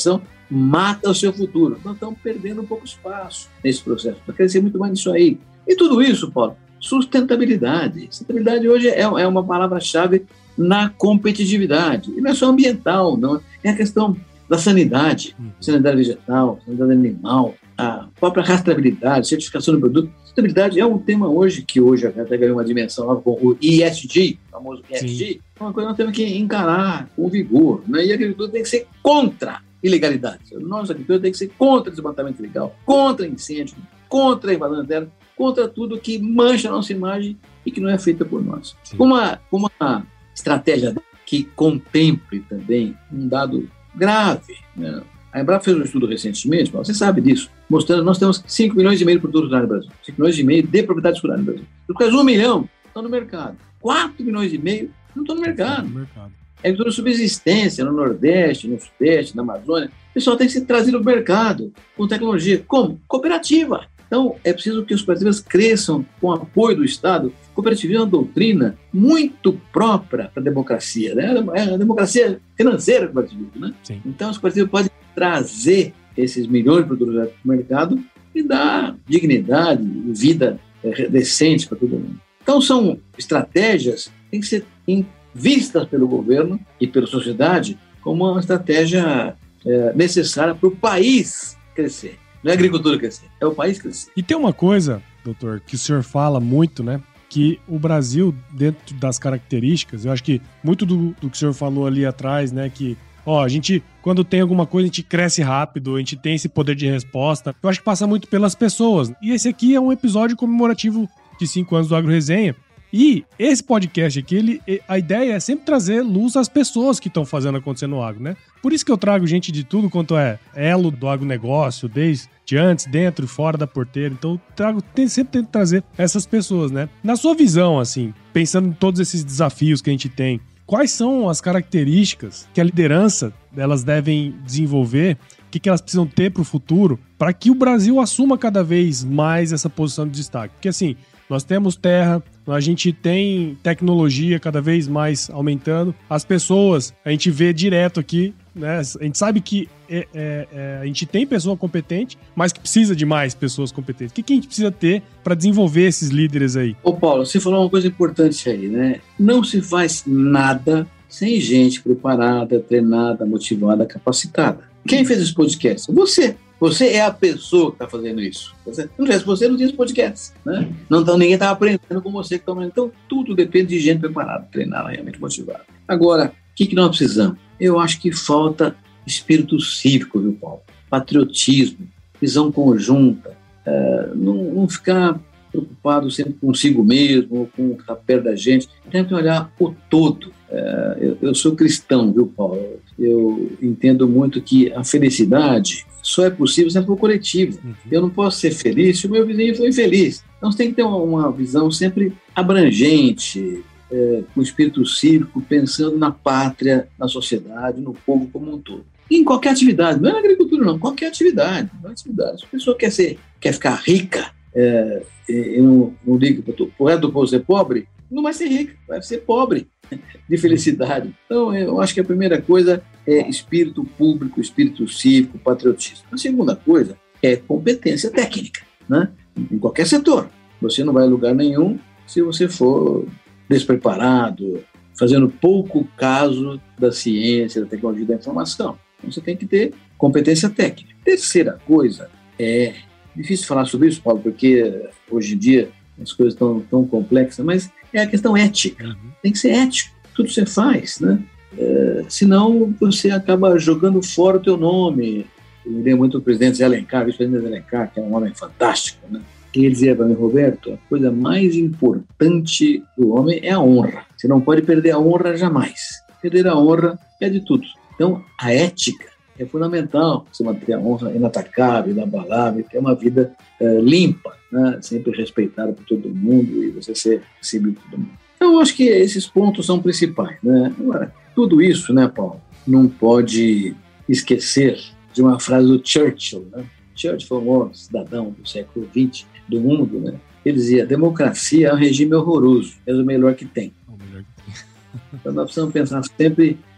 mata o seu futuro. Nós estamos perdendo um pouco espaço nesse processo, para crescer muito mais nisso aí. E tudo isso, Paulo, sustentabilidade. Sustentabilidade hoje é, é uma palavra-chave na competitividade. E não é só ambiental, não. É a questão da sanidade, sanidade vegetal, sanidade animal, a própria rastreabilidade, certificação do produto. Sustentabilidade é um tema hoje que hoje até ganhou uma dimensão nova com o E S G, o famoso E S G. É uma coisa que nós temos que encarar com vigor, né? E a agricultura tem que ser contra ilegalidade. Nossa agricultura tem que ser contra desmatamento ilegal, contra incêndio, contra a invasão de terra, contra tudo que mancha a nossa imagem e que não é feita por nós. Com uma, com uma estratégia que contemple também um dado grave, né? A Embrapa fez um estudo recentemente, você sabe disso, mostrando que nós temos cinco milhões e meio de produtores rurais no Brasil, cinco milhões e meio de propriedades rurais no Brasil. Quase um milhão estão no mercado, quatro milhões e meio não estão no mercado. É agricultura de subsistência no Nordeste, no Sudeste, na Amazônia. O pessoal tem que ser trazido ao mercado com tecnologia. Como? Cooperativa. Então, é preciso que as cooperativas cresçam com o apoio do Estado. Cooperativismo é uma doutrina muito própria para a democracia, né? É a democracia financeira do cooperativismo, né? Sim. Então, as cooperativas podem trazer esses milhões de produtores para o mercado e dar dignidade e vida decente para todo mundo. Então, são estratégias que têm que ser vistas pelo governo e pela sociedade como uma estratégia é, necessária para o país crescer. Não é a agricultura crescer, é o país crescer. E tem uma coisa, doutor, que o senhor fala muito, né? Que o Brasil, dentro das características, eu acho que muito do, do que o senhor falou ali atrás, né? Que, ó, a gente, quando tem alguma coisa, a gente cresce rápido, a gente tem esse poder de resposta. Eu acho que passa muito pelas pessoas. E esse aqui é um episódio comemorativo de cinco anos do Agro Resenha. E esse podcast aqui, ele, a ideia é sempre trazer luz às pessoas que estão fazendo acontecer no agro, né? Por isso que eu trago gente de tudo quanto é elo do agronegócio, desde antes, dentro e fora da porteira. Então eu trago, tem, sempre tento trazer essas pessoas, né? Na sua visão, assim, pensando em todos esses desafios que a gente tem, quais são as características que a liderança elas devem desenvolver, o que, que elas precisam ter para o futuro, para que o Brasil assuma cada vez mais essa posição de destaque? Porque assim, nós temos terra, a gente tem tecnologia cada vez mais aumentando. As pessoas, a gente vê direto aqui, né? A gente sabe que é, é, é, a gente tem pessoa competente, mas que precisa de mais pessoas competentes. O que, que a gente precisa ter para desenvolver esses líderes aí? Ô Paulo, você falou uma coisa importante aí, né? Não se faz nada sem gente preparada, treinada, motivada, capacitada. Quem fez esse podcast? Você. Você é a pessoa que está fazendo isso. Você não tivesse você, não tinha esse podcast, né? Não, então, ninguém estava aprendendo com você que está aprendendo. Então, tudo depende de gente preparada, treinada, realmente motivada. Agora, o que, que nós precisamos? Eu acho que falta espírito cívico, viu, Paulo? Patriotismo, visão conjunta, é, não, não ficar preocupado sempre consigo mesmo, ou com o que está perto da gente. Tem que olhar o todo. É, eu, eu sou cristão, viu, Paulo? Eu entendo muito que a felicidade só é possível se for coletivo. Uhum. Eu não posso ser feliz se o meu vizinho for infeliz. Então você tem que ter uma, uma visão sempre abrangente, é, com espírito cívico, pensando na pátria, na sociedade, no povo como um todo. E em qualquer atividade, não é na agricultura não, qualquer atividade. Qualquer atividade. Se a pessoa quer, ser, quer ficar rica, é, eu não, não digo para o resto do povo ser pobre, não vai ser rica, vai ser pobre de felicidade. Então, eu acho que a primeira coisa é espírito público, espírito cívico, patriotismo. A segunda coisa é competência técnica, né? Em qualquer setor. Você não vai a lugar nenhum se você for despreparado, fazendo pouco caso da ciência, da tecnologia e da informação. Então, você tem que ter competência técnica. Terceira coisa é difícil falar sobre isso, Paulo, porque hoje em dia as coisas estão tão complexas, mas é a questão ética. Uhum. Tem que ser ético, tudo que você faz, né? É, senão você acaba jogando fora o teu nome. Eu me lembro muito do presidente Zé Alencar, vice-presidente Zé Alencar, que é um homem fantástico, né? E ele dizia para mim, Roberto, a coisa mais importante do homem é a honra. Você não pode perder a honra jamais. Perder a honra é de tudo. Então, a ética é fundamental, você manter a honra inatacável, inabalável, ter uma vida é, limpa, né? Sempre respeitada por todo mundo e você ser recebido por todo mundo. Então, eu acho que esses pontos são principais, né? Agora, tudo isso, né, Paulo, não pode esquecer de uma frase do Churchill, né? Churchill foi um maior cidadão do século vinte do mundo, né? Ele dizia, a democracia é um regime horroroso, é o melhor que tem. É o melhor que tem. Então, nós precisamos pensar sempre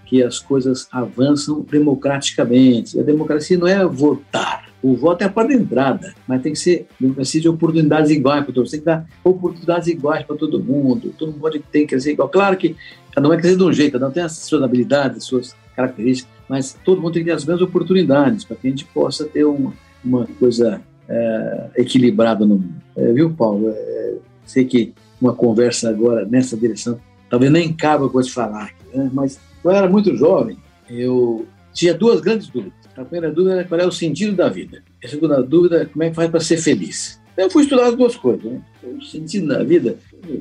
que as coisas avançam democraticamente. A democracia não é votar. O voto é a porta de entrada, mas tem que ser democracia de oportunidades iguais para todos. Tem que dar oportunidades iguais para todo mundo. Todo mundo pode ter que crescer igual. Claro que cada um vai crescer de um jeito, cada um tem as suas habilidades, as suas características, mas todo mundo tem que ter as mesmas oportunidades para que a gente possa ter uma, uma coisa é, equilibrada no mundo. É, viu, Paulo? É, sei que uma conversa agora nessa direção talvez nem cabe o que eu vou te falar, né? Mas quando eu era muito jovem, eu tinha duas grandes dúvidas. A primeira dúvida era qual é o sentido da vida. A segunda dúvida é como é que faz para ser feliz. Eu fui estudar as duas coisas. Né? O sentido da vida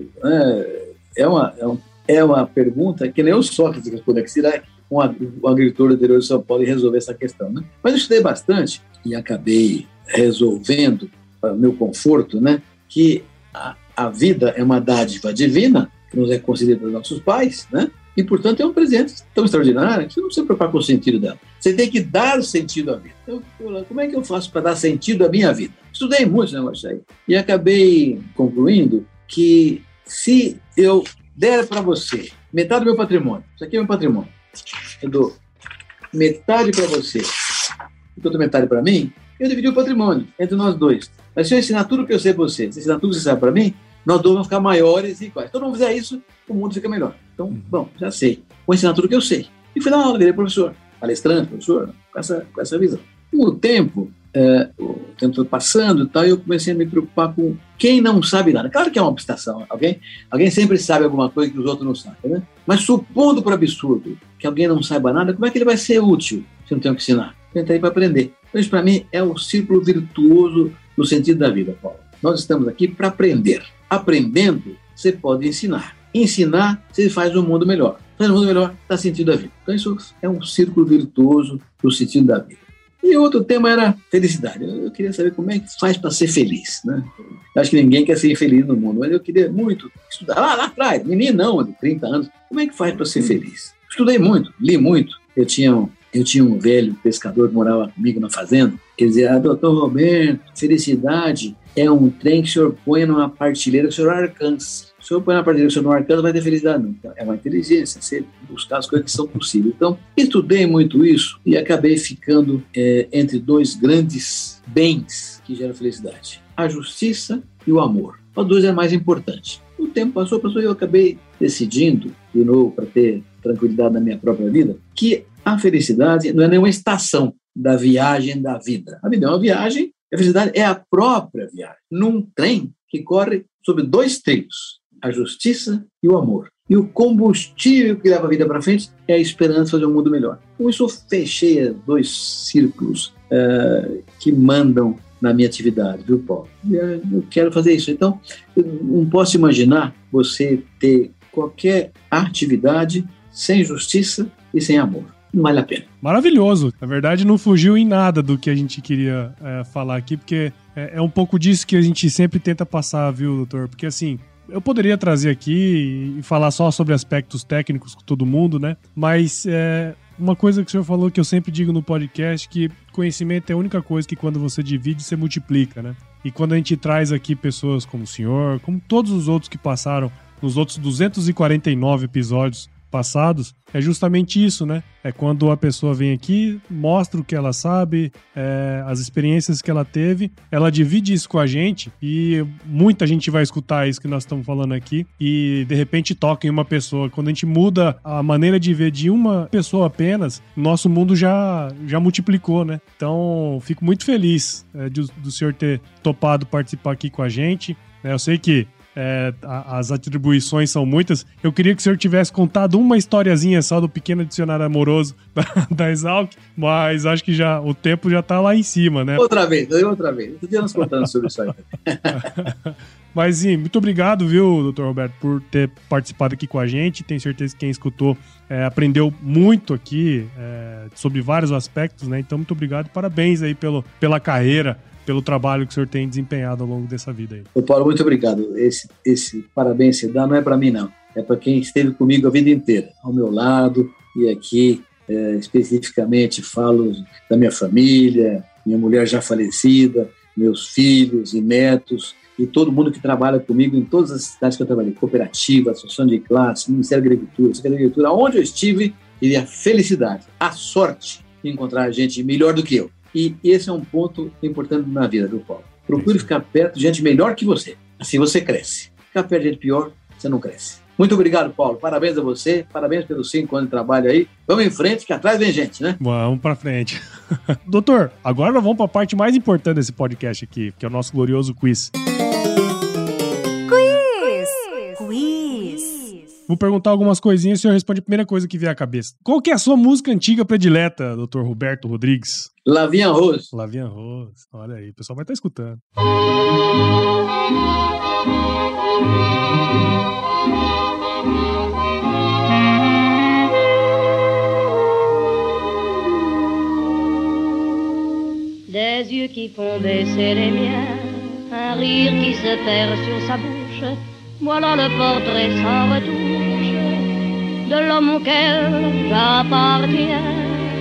é, é, uma, é, um, é uma pergunta que nem o Sócrates respondeu, que será um, um agricultor do interior de São Paulo e resolver essa questão. Né? Mas eu estudei bastante e acabei resolvendo, para o meu conforto, né, que a, a vida é uma dádiva divina, que nos é concedida pelos nossos pais, né? E, portanto, é um presente tão extraordinário que você não precisa se preocupar com o sentido dela. Você tem que dar sentido à vida. Então, como é que eu faço para dar sentido à minha vida? Estudei muito esse negócio aí. E acabei concluindo que se eu der para você metade do meu patrimônio, isso aqui é meu patrimônio, eu dou metade para você e outra metade para mim, eu dividi o patrimônio entre nós dois. Mas se eu ensinar tudo o que eu sei para você, se eu ensinar tudo que você sabe para mim, nós dois vamos ficar maiores e iguais. Então, se não fizer isso, o mundo fica melhor. Então, bom, já sei. Vou ensinar tudo o que eu sei. E fui dar uma aula, virei professor. Palestrante, professor, com essa, com essa visão. Com o tempo, é, o tempo foi passando e tal, e eu comecei a me preocupar com quem não sabe nada. Claro que é uma abstração. Alguém, alguém sempre sabe alguma coisa que os outros não sabem, né? Mas supondo por absurdo que alguém não saiba nada, como é que ele vai ser útil se não tem o que ensinar? Eu entrei para aprender. Então, isso para mim é o círculo virtuoso do sentido da vida, Paulo. Nós estamos aqui para aprender. Aprendendo, você pode ensinar. Ensinar, você faz um mundo melhor. Faz um mundo melhor, dá sentido à vida. Então, isso é um círculo virtuoso do sentido da vida. E outro tema era felicidade. Eu queria saber como é que faz para ser feliz, né? Eu acho que ninguém quer ser infeliz no mundo, mas eu queria muito estudar. Lá, lá atrás, menino não, de trinta anos. Como é que faz para ser feliz? Estudei muito, li muito. Eu tinha um, eu tinha um velho pescador que morava comigo na fazenda. Ele dizia, ah, doutor Roberto, felicidade é um trem que o senhor põe numa partilheira que o senhor alcança. Se o senhor põe na partilheira que o senhor não alcança, vai ter felicidade não. Então, é uma inteligência, você buscar as coisas que são possíveis. Então, estudei muito isso e acabei ficando é, entre dois grandes bens que geram felicidade. A justiça e o amor. Os dois é mais importante. O tempo passou, passou e eu acabei decidindo, de novo, para ter tranquilidade na minha própria vida, que a felicidade não é nenhuma estação da viagem da vida. A vida é uma viagem, a felicidade é a própria viagem, num trem que corre sobre dois trilhos, a justiça e o amor. E o combustível que leva a vida para frente é a esperança de fazer um mundo melhor. Com isso, eu fechei dois círculos uh, que mandam na minha atividade, viu, Paulo? Eu quero fazer isso. Então, eu não posso imaginar você ter qualquer atividade sem justiça e sem amor. Não vale a pena. Maravilhoso. Na verdade, não fugiu em nada do que a gente queria é, falar aqui, porque é, é um pouco disso que a gente sempre tenta passar, viu, doutor? Porque, assim, eu poderia trazer aqui e falar só sobre aspectos técnicos com todo mundo, né? Mas é, uma coisa que o senhor falou que eu sempre digo no podcast, que conhecimento é a única coisa que quando você divide, você multiplica, né? E quando a gente traz aqui pessoas como o senhor, como todos os outros que passaram nos outros duzentos e quarenta e nove episódios passados, é justamente isso, né? É quando a pessoa vem aqui, mostra o que ela sabe, é, as experiências que ela teve, ela divide isso com a gente e muita gente vai escutar isso que nós estamos falando aqui e de repente toca em uma pessoa. Quando a gente muda a maneira de ver de uma pessoa apenas, nosso mundo já, já multiplicou, né? Então, fico muito feliz é, de, do senhor ter topado participar aqui com a gente. É, eu sei que É, as atribuições são muitas. Eu queria que o senhor tivesse contado uma historiazinha só do pequeno dicionário amoroso da, da Exalc, mas acho que já, o tempo já tá lá em cima, né? Outra vez, outra vez. Outro dia nós contando sobre isso aí. Mas sim, muito obrigado, viu, doutor Roberto, por ter participado aqui com a gente. Tenho certeza que quem escutou é, aprendeu muito aqui é, sobre vários aspectos, né? Então, muito obrigado e parabéns aí pelo, pela carreira, pelo trabalho que o senhor tem desempenhado ao longo dessa vida aí. Ô Paulo, muito obrigado. Esse, esse parabéns que você dá não é para mim, não. É para quem esteve comigo a vida inteira, ao meu lado, e aqui é, especificamente falo da minha família, minha mulher já falecida, meus filhos e netos, e todo mundo que trabalha comigo em todas as cidades que eu trabalhei, cooperativa, associação de classe, Ministério da Agricultura, Secretaria da Agricultura, onde eu estive, e a felicidade, a sorte de encontrar gente melhor do que eu. E esse é um ponto importante na vida do Paulo. Procure ficar perto de gente melhor que você. Assim você cresce. Ficar perto de gente pior, você não cresce. Muito obrigado, Paulo. Parabéns a você. Parabéns pelos cinco anos de trabalho aí. Vamos em frente, que atrás vem gente, né? Vamos pra frente. Doutor, agora nós vamos pra parte mais importante desse podcast aqui, que é o nosso glorioso quiz. Quiz! Quiz! Vou perguntar algumas coisinhas e o senhor responde a primeira coisa que vier à cabeça. Qual que é a sua música antiga predileta, doutor Roberto Rodrigues? La Vie en Rose. La Vie en Rose. Olha aí, o pessoal vai estar escutando. Des yeux qui font baisser les miens, un rire qui se perd sur sa bouche, voilà le portrait sans retouche de l'homme auquel j'appartiens.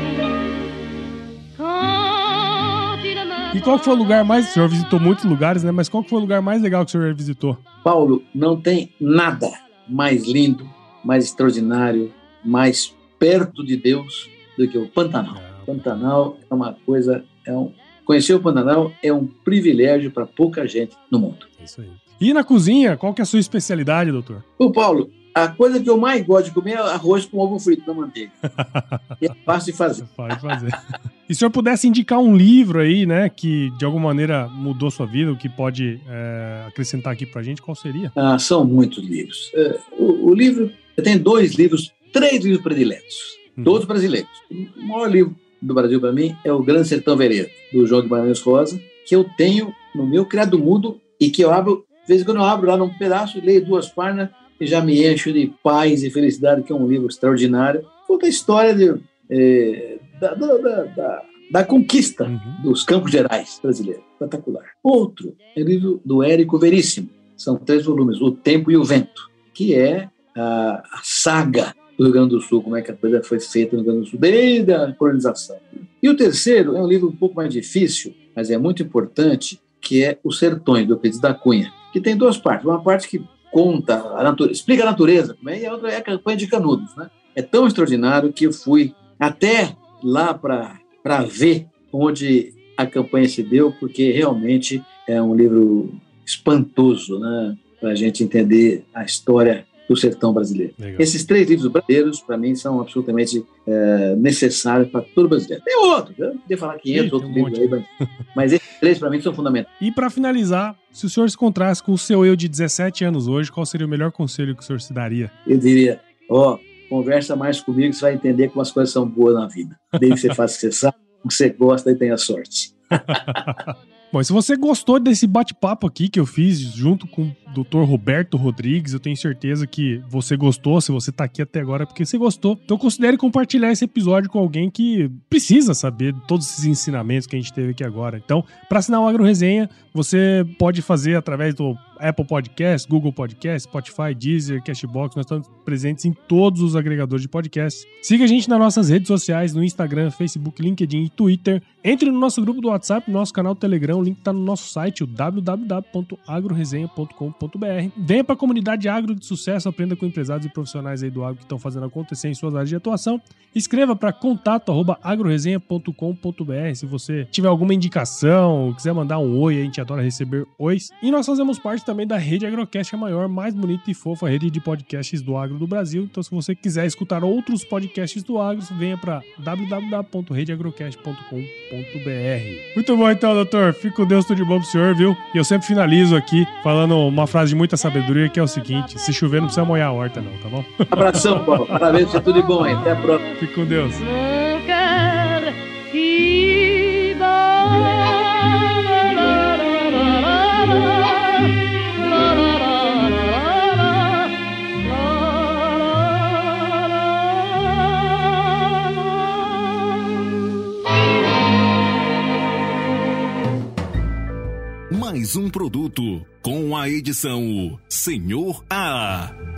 E qual foi o lugar mais... O senhor visitou muitos lugares, né? Mas qual foi o lugar mais legal que o senhor visitou? Paulo, não tem nada mais lindo, mais extraordinário, mais perto de Deus do que o Pantanal. O Pantanal é uma coisa... É um, conhecer o Pantanal é um privilégio para pouca gente no mundo. Isso aí. E na cozinha, qual que é a sua especialidade, doutor? Ô, Paulo, a coisa que eu mais gosto de comer é arroz com ovo frito na manteiga. E é fácil de fazer. É fácil de fazer. E se o senhor pudesse indicar um livro aí, né, que de alguma maneira mudou sua vida, o que pode é, acrescentar aqui pra gente, qual seria? Ah, são muitos livros. Uh, o, o livro, eu tenho dois livros, três livros prediletos, hum. todos brasileiros. O maior livro do Brasil para mim é O Grande Sertão Veredas, do João Guimarães Rosa, que eu tenho no meu criado mudo e que eu abro, de vez em quando eu abro lá num pedaço, leio duas páginas e já me encho de paz e felicidade, que é um livro extraordinário. Conta a história de... É, Da, da, da, da conquista uhum. dos Campos Gerais brasileiros. Espetacular. Outro é o livro do Érico Veríssimo. São três volumes, O Tempo e o Vento, que é a, a saga do Rio Grande do Sul, como é que a coisa foi feita no Rio Grande do Sul, desde a colonização. E o terceiro é um livro um pouco mais difícil, mas é muito importante, que é Os Sertões, do Euclides da Cunha, que tem duas partes. Uma parte que conta, a natureza, explica a natureza, e a outra é a campanha de Canudos. Né? É tão extraordinário que eu fui até lá para ver onde a campanha se deu, porque realmente é um livro espantoso, né, para a gente entender a história do sertão brasileiro. Legal. Esses três livros brasileiros, para mim, são absolutamente é, necessários para todo brasileiro. Tem outros, eu podia falar quinhentos outros um livros aí, mas, mas esses três, para mim, são fundamentais. E para finalizar, se o senhor se encontrasse com o seu eu de dezessete anos hoje, qual seria o melhor conselho que o senhor se daria? Eu diria, ó... Oh, conversa mais comigo, você vai entender como as coisas são boas na vida. Desde que você faça o que você sabe, o que você gosta e tenha sorte. Bom, se você gostou desse bate-papo aqui que eu fiz junto com o doutor Roberto Rodrigues, eu tenho certeza que você gostou, se você tá aqui até agora é porque você gostou. Então considere compartilhar esse episódio com alguém que precisa saber de todos esses ensinamentos que a gente teve aqui agora. Então, para assinar o Agro Resenha, você pode fazer através do Apple Podcast, Google Podcast, Spotify, Deezer, Cashbox. Nós estamos presentes em todos os agregadores de podcasts. Siga a gente nas nossas redes sociais, no Instagram, Facebook, LinkedIn e Twitter. Entre no nosso grupo do WhatsApp, no nosso canal do Telegram. O link está no nosso site, o w w w ponto agroresenha ponto com ponto b r. Venha para a comunidade agro de sucesso, aprenda com empresários e profissionais aí do agro que estão fazendo acontecer em suas áreas de atuação. Escreva para contato arroba agroresenha ponto com ponto b r se você tiver alguma indicação, quiser mandar um oi, a gente adora receber ois. E nós fazemos parte também da Rede Agrocast, a maior, mais bonita e fofa rede de podcasts do agro do Brasil. Então, se você quiser escutar outros podcasts do agro, venha para w w w ponto rede agrocast ponto com ponto b r. Muito bom, então, doutor. Fique com Deus, tudo de bom pro senhor, viu? E eu sempre finalizo aqui falando uma frase de muita sabedoria, que é o seguinte: se chover, não precisa molhar a horta, não, tá bom? Abração, Paulo. Parabéns, é tudo de bom aí. Até a próxima. Fique com Deus. Mon cœur qui bat. Mais um produto com a edição Senhor A.